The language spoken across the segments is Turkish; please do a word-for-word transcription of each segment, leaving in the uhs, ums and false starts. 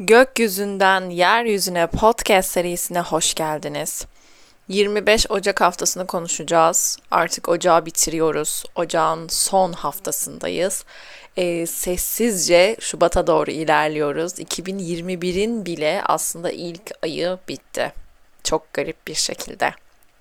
Gökyüzünden Yeryüzüne podcast serisine hoş geldiniz. yirmi beş Ocak haftasını konuşacağız. Artık ocağı bitiriyoruz. Ocağın son haftasındayız. Ee, sessizce Şubat'a doğru ilerliyoruz. iki bin yirmi birin bile aslında ilk ayı bitti. Çok garip bir şekilde.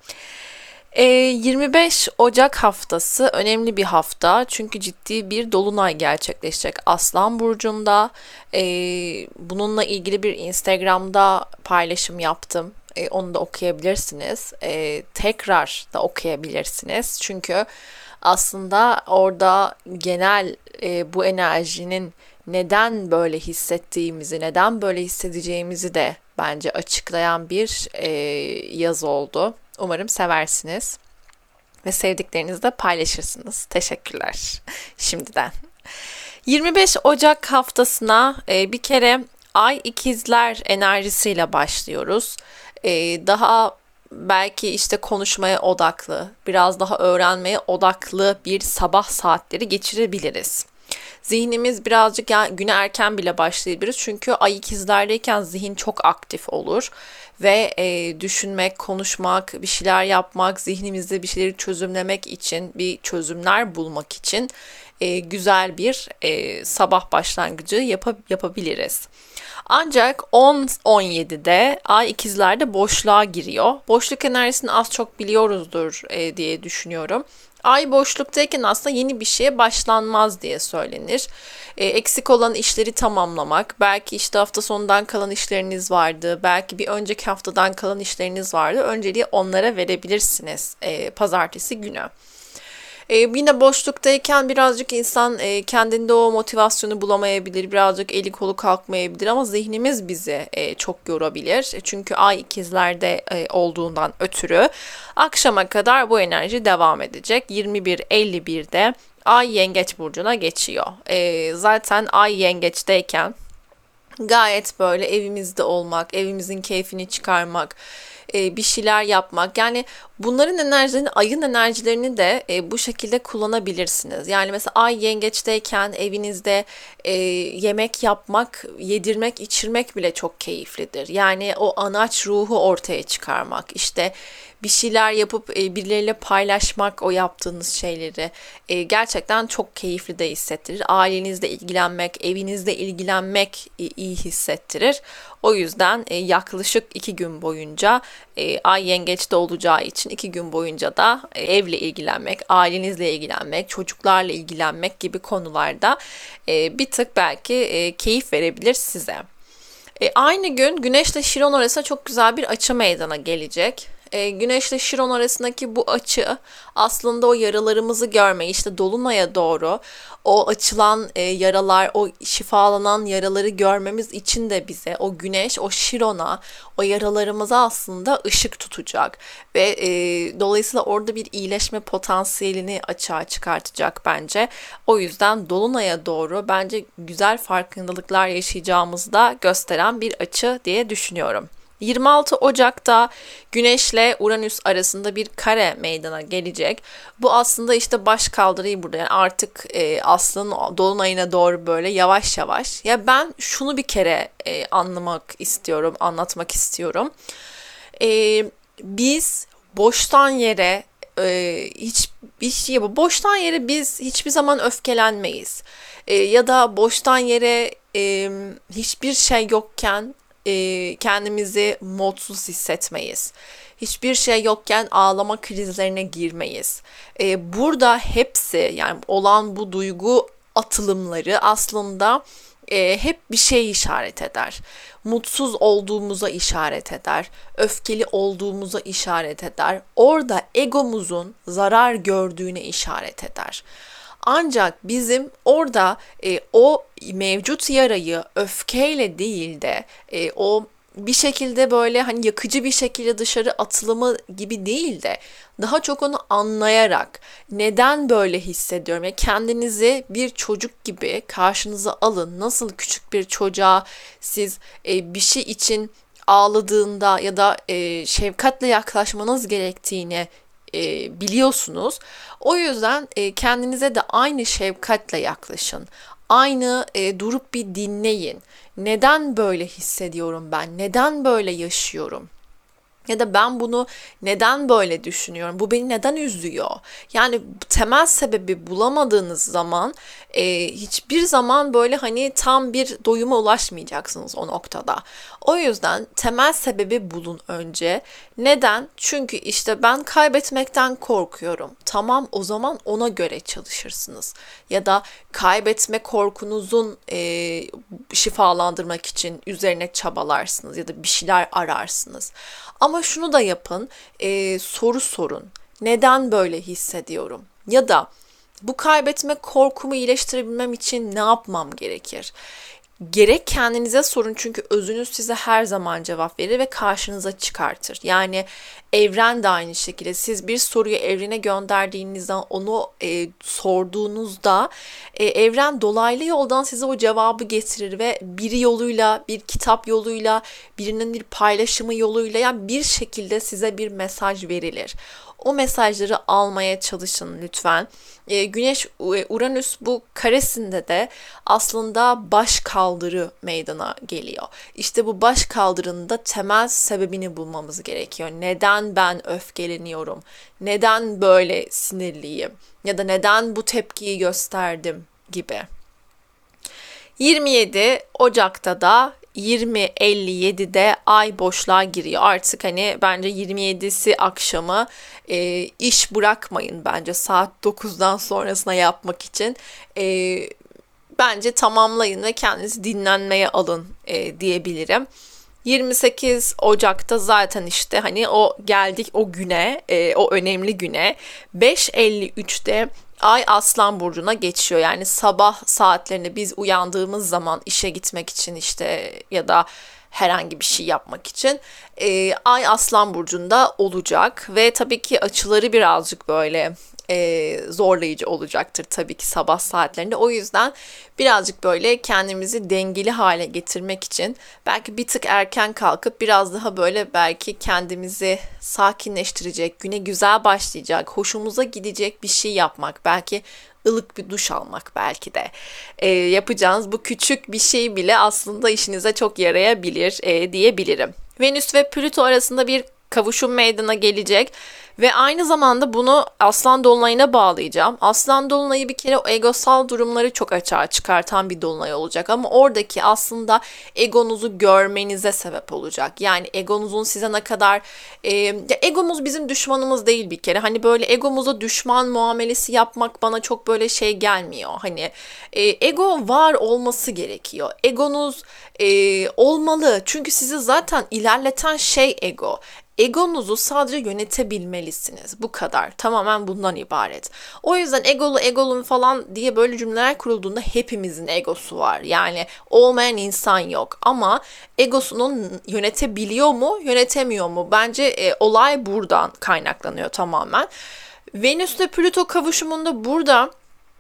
E, yirmi beş Ocak haftası önemli bir hafta çünkü ciddi bir dolunay gerçekleşecek Aslan Burcu'nda. E, bununla ilgili bir Instagram'da paylaşım yaptım. E, onu da okuyabilirsiniz. E, tekrar da okuyabilirsiniz. Çünkü aslında orada genel e, bu enerjinin neden böyle hissettiğimizi, neden böyle hissedeceğimizi de bence açıklayan bir e, yazı oldu. Umarım seversiniz ve sevdiklerinizle paylaşırsınız. Teşekkürler şimdiden. yirmi beş Ocak haftasına e, bir kere Ay ikizler enerjisiyle başlıyoruz. E, daha belki işte konuşmaya odaklı, biraz daha öğrenmeye odaklı bir sabah saatleri geçirebiliriz. Zihnimiz birazcık yani güne erken bile başlayabiliriz. Çünkü ay ikizlerdeyken zihin çok aktif olur. Ve e, düşünmek, konuşmak, bir şeyler yapmak, zihnimizde bir şeyleri çözümlemek için, bir çözümler bulmak için e, güzel bir e, sabah başlangıcı yap- yapabiliriz. Ancak on on yedide Ay ikizlerde boşluğa giriyor. Boşluk enerjisini az çok biliyoruzdur e, diye düşünüyorum. Ay boşluktayken aslında yeni bir şeye başlanmaz diye söylenir. E, eksik olan işleri tamamlamak, belki işte hafta sonundan kalan işleriniz vardı, belki bir önceki haftadan kalan işleriniz vardı. Önceliği onlara verebilirsiniz e, pazartesi günü. Ee, yine boşluktayken birazcık insan e, kendinde o motivasyonu bulamayabilir, birazcık eli kolu kalkmayabilir ama zihnimiz bizi e, çok yorabilir. Çünkü ay ikizlerde e, olduğundan ötürü akşama kadar bu enerji devam edecek. yirmi bir elli birde ay yengeç burcuna geçiyor. E, zaten ay yengeçteyken gayet böyle evimizde olmak, evimizin keyfini çıkarmak, e, bir şeyler yapmak. Yani bunların enerjilerini, ayın enerjilerini de e, bu şekilde kullanabilirsiniz. Yani mesela ay yengeçteyken evinizde e, yemek yapmak, yedirmek, içirmek bile çok keyiflidir. Yani o anaç ruhu ortaya çıkarmak, işte bir şeyler yapıp e, birileriyle paylaşmak o yaptığınız şeyleri e, gerçekten çok keyifli de hissettirir. Ailenizle ilgilenmek, evinizle ilgilenmek e, iyi hissettirir. O yüzden e, yaklaşık iki gün boyunca e, ay yengeçte olacağı için iki gün boyunca da e, evle ilgilenmek, ailenizle ilgilenmek, çocuklarla ilgilenmek gibi konularda e, bir tık belki e, keyif verebilir size. E, aynı gün Güneşle Şiron arasında çok güzel bir açı meydana gelecek. E, Güneşle Şiron arasındaki bu açı aslında o yaralarımızı görmeyi, işte Dolunay'a doğru o açılan e, yaralar, o şifalanan yaraları görmemiz için de bize o Güneş, o Şiron'a, o yaralarımıza aslında ışık tutacak. Ve e, dolayısıyla orada bir iyileşme potansiyelini açığa çıkartacak bence. O yüzden Dolunay'a doğru bence güzel farkındalıklar yaşayacağımızı da gösteren bir açı diye düşünüyorum. yirmi altı Ocak'ta Güneşle Uranüs arasında bir kare meydana gelecek. Bu aslında işte baş kaldırıyı burada. Yani artık e, Aslan'ın dolunayına doğru böyle yavaş yavaş. Ya ben şunu bir kere e, anlamak istiyorum, anlatmak istiyorum. E, biz boştan yere e, hiç bir şey boştan yere biz hiçbir zaman öfkelenmeyiz. E, ya da boştan yere e, hiçbir şey yokken e, kendimizi mutsuz hissetmeyiz. Hiçbir şey yokken ağlama krizlerine girmeyiz. E, burada hepsi yani olan bu duygu atılımları aslında e, hep bir şey işaret eder. Mutsuz olduğumuza işaret eder. Öfkeli olduğumuza işaret eder. Orada egomuzun zarar gördüğüne işaret eder. Ancak bizim orada e, o mevcut yarayı öfkeyle değil de e, o bir şekilde böyle hani yakıcı bir şekilde dışarı atılımı gibi değil de daha çok onu anlayarak neden böyle hissediyorum ya kendinizi bir çocuk gibi karşınıza alın. Nasıl küçük bir çocuğa siz e, bir şey için ağladığında ya da e, şefkatle yaklaşmanız gerektiğini e, biliyorsunuz. O yüzden e, kendinize de aynı şefkatle yaklaşın. aynı e, durup bir dinleyin. Neden böyle hissediyorum ben? Neden böyle yaşıyorum? Ya da ben bunu neden böyle düşünüyorum? Bu beni neden üzüyor? Yani temel sebebi bulamadığınız zaman e, hiçbir zaman böyle hani tam bir doyuma ulaşmayacaksınız o noktada. O yüzden temel sebebi bulun önce. Neden? Çünkü işte ben kaybetmekten korkuyorum. Tamam, o zaman ona göre çalışırsınız. Ya da kaybetme korkunuzun e, şifalandırmak için üzerine çabalarsınız ya da bir şeyler ararsınız. Ama şunu da yapın, e, soru sorun. Neden böyle hissediyorum? Ya da bu kaybetme korkumu iyileştirebilmem için ne yapmam gerekir? Gerek kendinize sorun, çünkü özünüz size her zaman cevap verir ve karşınıza çıkartır. Yani evren de aynı şekilde. Siz bir soruyu evrene gönderdiğinizde, onu e, sorduğunuzda e, evren dolaylı yoldan size o cevabı getirir ve biri yoluyla, bir kitap yoluyla, birinin bir paylaşımı yoluyla, yani bir şekilde size bir mesaj verilir. O mesajları almaya çalışın lütfen. E, Güneş Uranüs bu karesinde de aslında baş kaldırı meydana geliyor. İşte bu baş kaldırının da temel sebebini bulmamız gerekiyor. Neden ben öfkeleniyorum? Neden böyle sinirliyim? Ya da neden bu tepkiyi gösterdim gibi. yirmi yedi Ocak'ta da yirmi elli yedide ay boşluğa giriyor. Artık hani bence yirmi yedisi akşamı e, iş bırakmayın bence saat dokuzdan sonrasına yapmak için. E, bence tamamlayın ve kendinizi dinlenmeye alın e, diyebilirim. yirmi sekiz Ocak'ta zaten işte hani o geldik o güne, e, o önemli güne. beş elli üçte Ay Aslan Burcu'na geçiyor. Yani sabah saatlerinde biz uyandığımız zaman işe gitmek için işte ya da herhangi bir şey yapmak için e, Ay Aslan Burcu'nda olacak. Ve tabii ki açıları birazcık böyle e, zorlayıcı olacaktır tabii ki sabah saatlerinde. O yüzden birazcık böyle kendimizi dengeli hale getirmek için belki bir tık erken kalkıp biraz daha böyle belki kendimizi sakinleştirecek, güne güzel başlayacak, hoşumuza gidecek bir şey yapmak. Belki ılık bir duş almak belki de. E, yapacağınız bu küçük bir şey bile aslında işinize çok yarayabilir e, diyebilirim. Venüs ve Plüto arasında bir kavuşum meydana gelecek ve aynı zamanda bunu Aslan Dolunay'ına bağlayacağım. Aslan Dolunay'ı bir kere o egosal durumları çok açığa çıkartan bir dolunay olacak ama oradaki aslında egonuzu görmenize sebep olacak. Yani egonuzun size ne kadar e, ya egomuz bizim düşmanımız değil bir kere. Hani böyle egomuza düşman muamelesi yapmak bana çok böyle şey gelmiyor. Hani e, ego var olması gerekiyor. Egonuz e, olmalı çünkü sizi zaten ilerleten şey ego. Egonuzu sadece yönetebilmelisiniz. Bu kadar. Tamamen bundan ibaret. O yüzden egolu egolum falan diye böyle cümleler kurulduğunda hepimizin egosu var. Yani olmayan insan yok. Ama egosunun yönetebiliyor mu, yönetemiyor mu? Bence e, olay buradan kaynaklanıyor tamamen. Venüs ile Plüto kavuşumunda burada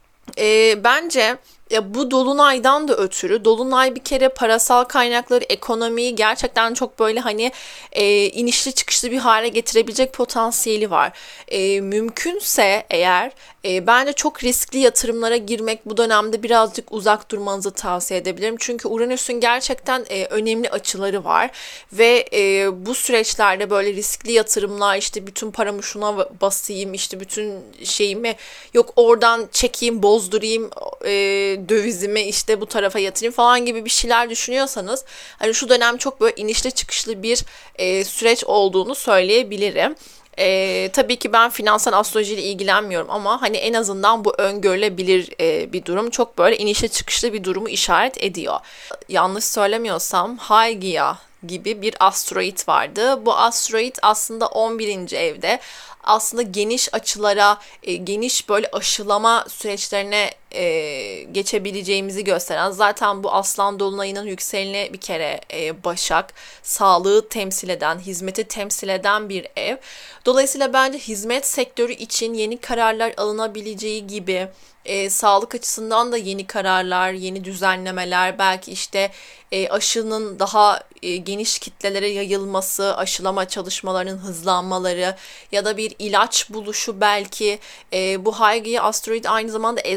e, bence ya bu dolunaydan da ötürü, dolunay bir kere parasal kaynakları, ekonomiyi gerçekten çok böyle hani e, inişli çıkışlı bir hale getirebilecek potansiyeli var. E, mümkünse eğer e, bence çok riskli yatırımlara girmek bu dönemde birazcık uzak durmanızı tavsiye edebilirim. Çünkü Uranüs'ün gerçekten e, önemli açıları var ve e, bu süreçlerde böyle riskli yatırımlar, işte bütün paramı şuna basayım, işte bütün şeyimi yok oradan çekeyim, bozdurayım, e, dövizimi işte bu tarafa yatırayım falan gibi bir şeyler düşünüyorsanız hani şu dönem çok böyle inişli çıkışlı bir e, süreç olduğunu söyleyebilirim. Ee, tabii ki ben finansal astrolojiyle ilgilenmiyorum ama hani en azından bu öngörülebilir e, bir durum. Çok böyle inişli çıkışlı bir durumu işaret ediyor. Yanlış söylemiyorsam Hygieia gibi bir asteroid vardı. Bu asteroid aslında on birinci evde aslında geniş açılara, e, geniş böyle aşılama süreçlerine e, geçebileceğimizi gösteren, zaten bu Aslan Dolunay'ının yükseleni bir kere e, Başak, sağlığı temsil eden, hizmeti temsil eden bir ev. Dolayısıyla bence hizmet sektörü için yeni kararlar alınabileceği gibi e, sağlık açısından da yeni kararlar, yeni düzenlemeler, belki işte e, aşının daha e, geniş kitlelere yayılması, aşılama çalışmalarının hızlanmaları ya da bir ilaç buluşu belki. E, bu Hygieia asteroid aynı zamanda eczacılık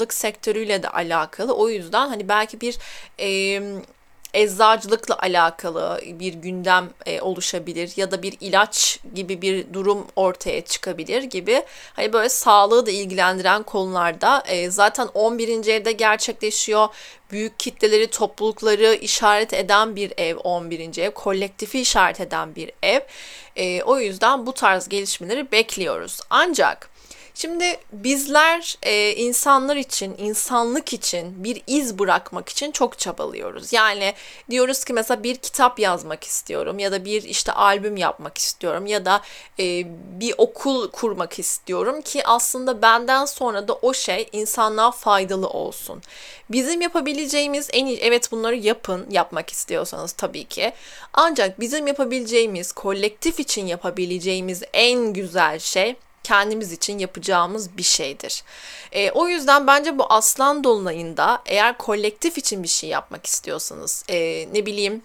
bankacılık sektörüyle de alakalı. O yüzden hani belki bir e, eczacılıkla alakalı bir gündem e, oluşabilir ya da bir ilaç gibi bir durum ortaya çıkabilir gibi. Hani böyle sağlığı da ilgilendiren konularda e, zaten on birinci evde gerçekleşiyor. Büyük kitleleri, toplulukları işaret eden bir ev on birinci ev. Kolektifi işaret eden bir ev. E, o yüzden bu tarz gelişmeleri bekliyoruz. Ancak şimdi bizler e, insanlar için, insanlık için bir iz bırakmak için çok çabalıyoruz. Yani diyoruz ki mesela bir kitap yazmak istiyorum ya da bir işte albüm yapmak istiyorum ya da e, bir okul kurmak istiyorum ki aslında benden sonra da o şey insanlığa faydalı olsun. Bizim yapabileceğimiz en iyi, evet bunları yapın, yapmak istiyorsanız tabii ki. Ancak bizim yapabileceğimiz, kolektif için yapabileceğimiz en güzel şey kendimiz için yapacağımız bir şeydir. E, o yüzden bence bu Aslan Dolunay'ında eğer kolektif için bir şey yapmak istiyorsanız, e, ne bileyim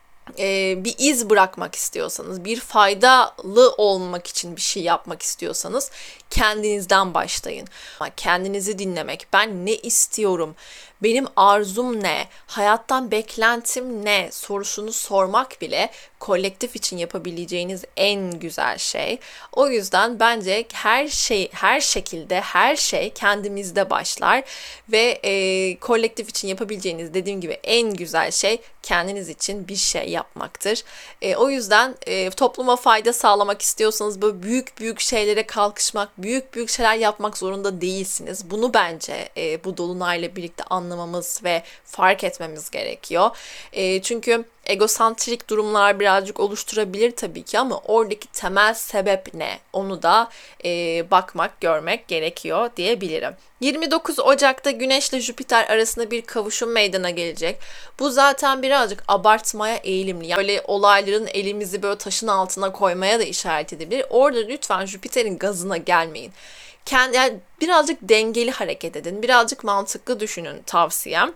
e, bir iz bırakmak istiyorsanız, bir faydalı olmak için bir şey yapmak istiyorsanız kendinizden başlayın. Kendinizi dinlemek, ben ne istiyorum, benim arzum ne, hayattan beklentim ne sorusunu sormak bile kolektif için yapabileceğiniz en güzel şey. O yüzden bence her şey, her şekilde her şey kendimizde başlar ve e, kolektif için yapabileceğiniz dediğim gibi en güzel şey kendiniz için bir şey yapmaktır. E, o yüzden e, topluma fayda sağlamak istiyorsanız böyle büyük büyük şeylere kalkışmak, büyük büyük şeyler yapmak zorunda değilsiniz. Bunu bence e, bu dolunayla birlikte anlamamız ve fark etmemiz gerekiyor. E, çünkü egosantrik durumlar birazcık oluşturabilir tabii ki ama oradaki temel sebep ne? Onu da e, bakmak, görmek gerekiyor diyebilirim. yirmi dokuz Ocak'ta Güneş ile Jüpiter arasında bir kavuşum meydana gelecek. Bu zaten birazcık abartmaya eğilimli. Yani böyle olayların elimizi böyle taşın altına koymaya da işaret edebilir. Orada lütfen Jüpiter'in gazına gelmeyin. Kendi, yani birazcık dengeli hareket edin. Birazcık mantıklı düşünün tavsiyem.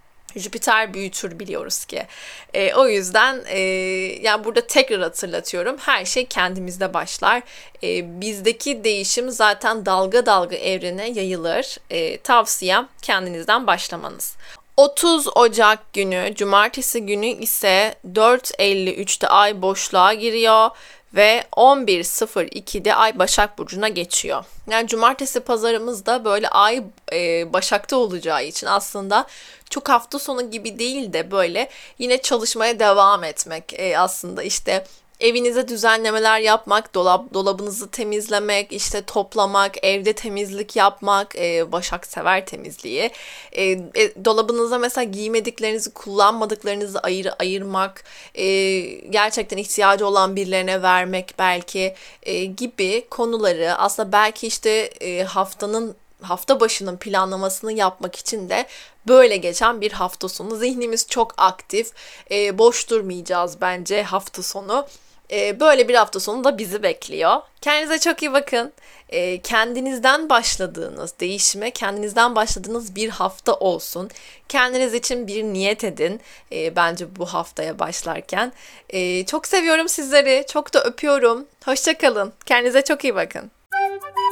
Jüpiter büyütür biliyoruz ki. E, o yüzden e, yani burada tekrar hatırlatıyorum. Her şey kendimizde başlar. E, bizdeki değişim zaten dalga dalga evrene yayılır. E, tavsiyem kendinizden başlamanız. otuz Ocak günü, cumartesi günü ise dört elli üçte ay boşluğa giriyor ve on bir sıfır ikide ay Başak Burcu'na geçiyor. Yani cumartesi pazarımız da böyle ay e, Başak'ta olacağı için aslında çok hafta sonu gibi değil de böyle yine çalışmaya devam etmek e, aslında işte evinize düzenlemeler yapmak, dolap, dolabınızı temizlemek, işte toplamak, evde temizlik yapmak, e, Başak sever temizliği. E, e, dolabınıza mesela giymediklerinizi, kullanmadıklarınızı ayır, ayırmak, e, gerçekten ihtiyacı olan birilerine vermek belki e, gibi konuları aslında belki işte e, haftanın hafta başının planlamasını yapmak için de böyle geçen bir hafta sonu. Zihnimiz çok aktif, e, boş durmayacağız bence hafta sonu. E, böyle bir hafta sonu da bizi bekliyor. Kendinize çok iyi bakın. E, kendinizden başladığınız değişime, kendinizden başladığınız bir hafta olsun. Kendiniz için bir niyet edin. E, bence bu haftaya başlarken. E, çok seviyorum sizleri. Çok da öpüyorum. Hoşça kalın. Kendinize çok iyi bakın.